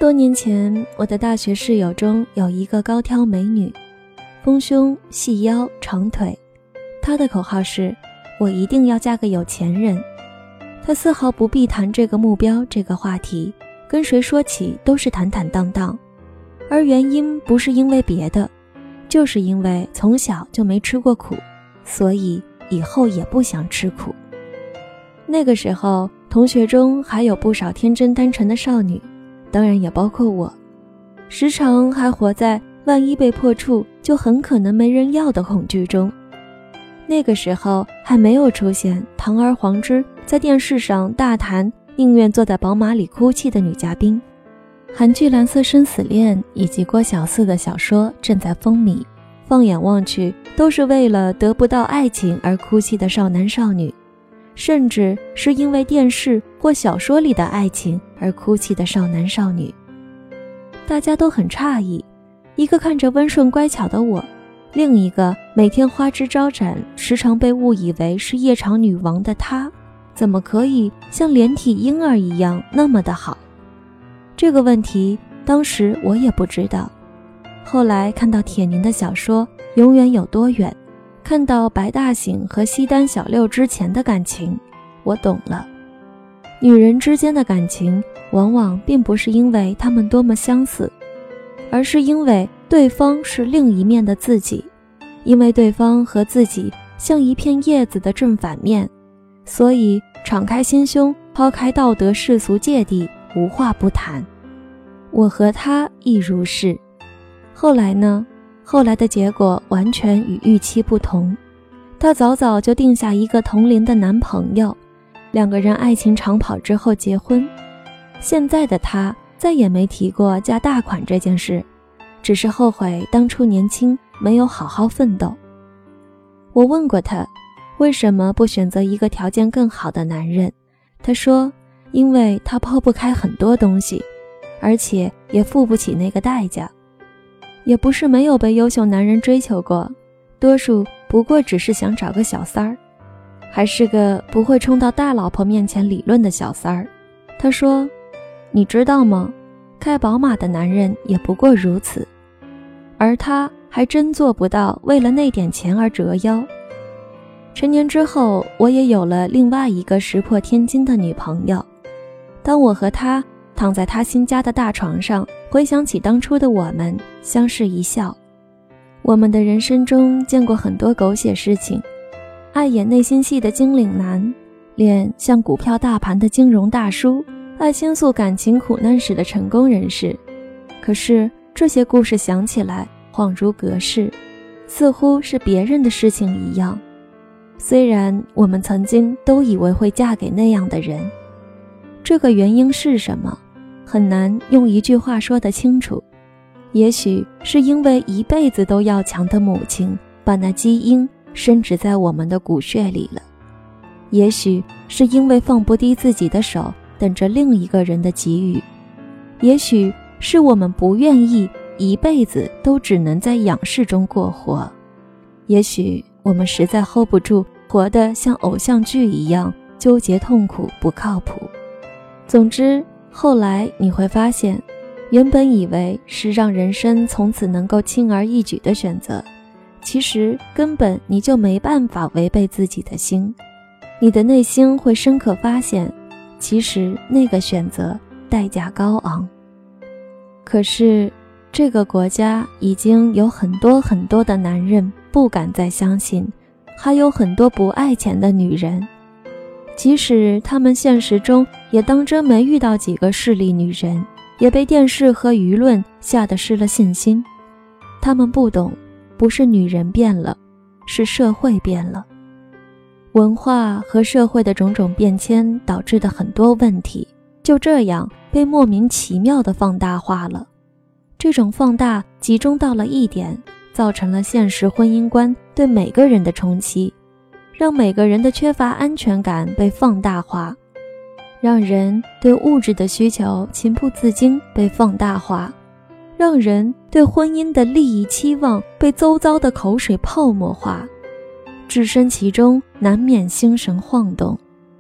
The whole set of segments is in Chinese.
多年前，我的大学室友中有一个高挑美女，丰胸、细腰、长腿。她的口号是：我一定要嫁个有钱人。她丝毫不避谈这个目标这个话题，跟谁说起都是坦坦荡荡。而原因不是因为别的，就是因为从小就没吃过苦，所以以后也不想吃苦。那个时候，同学中还有不少天真单纯的少女，当然也包括我，时常还活在万一被破处就很可能没人要的恐惧中。那个时候还没有出现堂而皇之在电视上大谈宁愿坐在宝马里哭泣的女嘉宾，韩剧《蓝色生死恋》以及郭小四的小说正在风靡，放眼望去都是为了得不到爱情而哭泣的少男少女，甚至是因为电视或小说里的爱情而哭泣的少男少女。大家都很诧异，一个看着温顺乖巧的我，另一个每天花枝招展，时常被误以为是夜场女王的她，怎么可以像连体婴儿一样那么的好？这个问题当时我也不知道，后来看到铁凝的小说《永远有多远》，看到白大醒和西单小六之前的感情，我懂了。女人之间的感情往往并不是因为她们多么相似，而是因为对方是另一面的自己，因为对方和自己像一片叶子的正反面，所以敞开心胸，抛开道德世俗芥蒂，无话不谈。我和他亦如是。后来呢？后来的结果完全与预期不同。他早早就定下一个同龄的男朋友，2个人爱情长跑之后结婚。现在的他再也没提过嫁大款这件事，只是后悔当初年轻没有好好奋斗。我问过他，为什么不选择一个条件更好的男人？他说，因为他抛不开很多东西，而且也付不起那个代价。也不是没有被优秀男人追求过，多数不过只是想找个小三儿，还是个不会冲到大老婆面前理论的小三儿。他说，你知道吗？开宝马的男人也不过如此，而他还真做不到为了那点钱而折腰。成年之后，我也有了另外一个石破天惊的女朋友。当我和她躺在她新家的大床上，回想起当初的我们，相视一笑。我们的人生中见过很多狗血事情，爱演内心戏的精灵男，脸像股票大盘的金融大叔，爱倾诉感情苦难史的成功人士。可是这些故事想起来恍如隔世，似乎是别人的事情一样。虽然我们曾经都以为会嫁给那样的人，这个原因是什么？很难用一句话说得清楚。也许是因为一辈子都要强的母亲把那基因深植在我们的骨血里了，也许是因为放不低自己的手，等着另一个人的给予，也许是我们不愿意一辈子都只能在仰视中过活，也许我们实在 hold 不住活得像偶像剧一样纠结痛苦不靠谱。总之，后来你会发现，原本以为是让人生从此能够轻而易举的选择，其实根本你就没办法违背自己的心。你的内心会深刻发现，其实那个选择代价高昂。可是这个国家已经有很多很多的男人不敢再相信，还有很多不爱钱的女人，即使他们现实中也当真没遇到几个势利女人，也被电视和舆论吓得失了信心。他们不懂，不是女人变了，是社会变了。文化和社会的种种变迁导致的很多问题，就这样被莫名其妙地放大化了。这种放大集中到了一点，造成了现实婚姻观对每个人的冲击，让每个人的缺乏安全感被放大化，让人对物质的需求情不自禁被放大化，让人对婚姻的利益期望被周遭的口水泡沫化，置身其中难免心神晃动。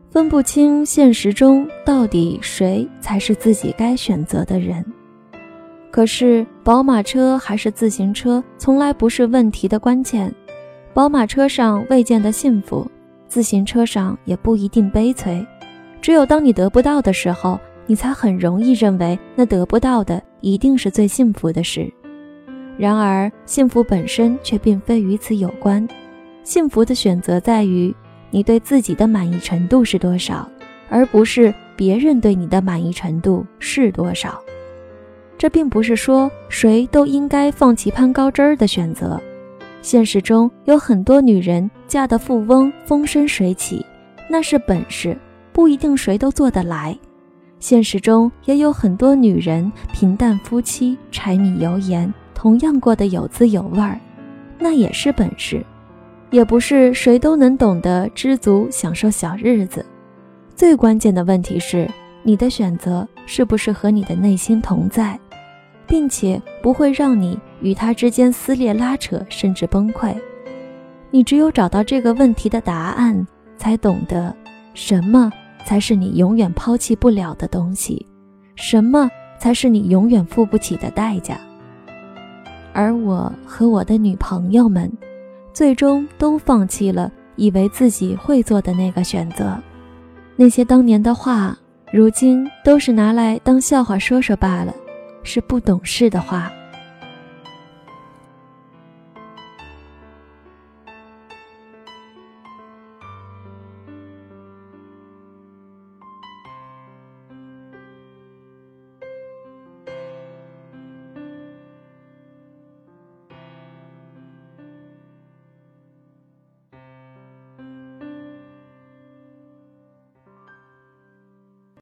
分不清现实中到底谁才是自己该选择的人。可是宝马车还是自行车从来不是问题的关键，宝马车上未见得幸福，自行车上也不一定悲催。只有当你得不到的时候，你才很容易认为那得不到的一定是最幸福的事。然而幸福本身却并非与此有关，幸福的选择在于你对自己的满意程度是多少，而不是别人对你的满意程度是多少。这并不是说谁都应该放弃攀高枝儿的选择，现实中有很多女人嫁得富翁风生水起，那是本事，不一定谁都做得来。现实中也有很多女人平淡夫妻，柴米油盐，同样过得有滋有味儿，那也是本事，也不是谁都能懂得知足享受小日子。最关键的问题是，你的选择是不是和你的内心同在，并且不会让你与他之间撕裂拉扯甚至崩溃。你只有找到这个问题的答案，才懂得什么才是你永远抛弃不了的东西，什么才是你永远付不起的代价。而我和我的女朋友们最终都放弃了以为自己会做的那个选择。那些当年的话，如今都是拿来当笑话说说罢了，是不懂事的话。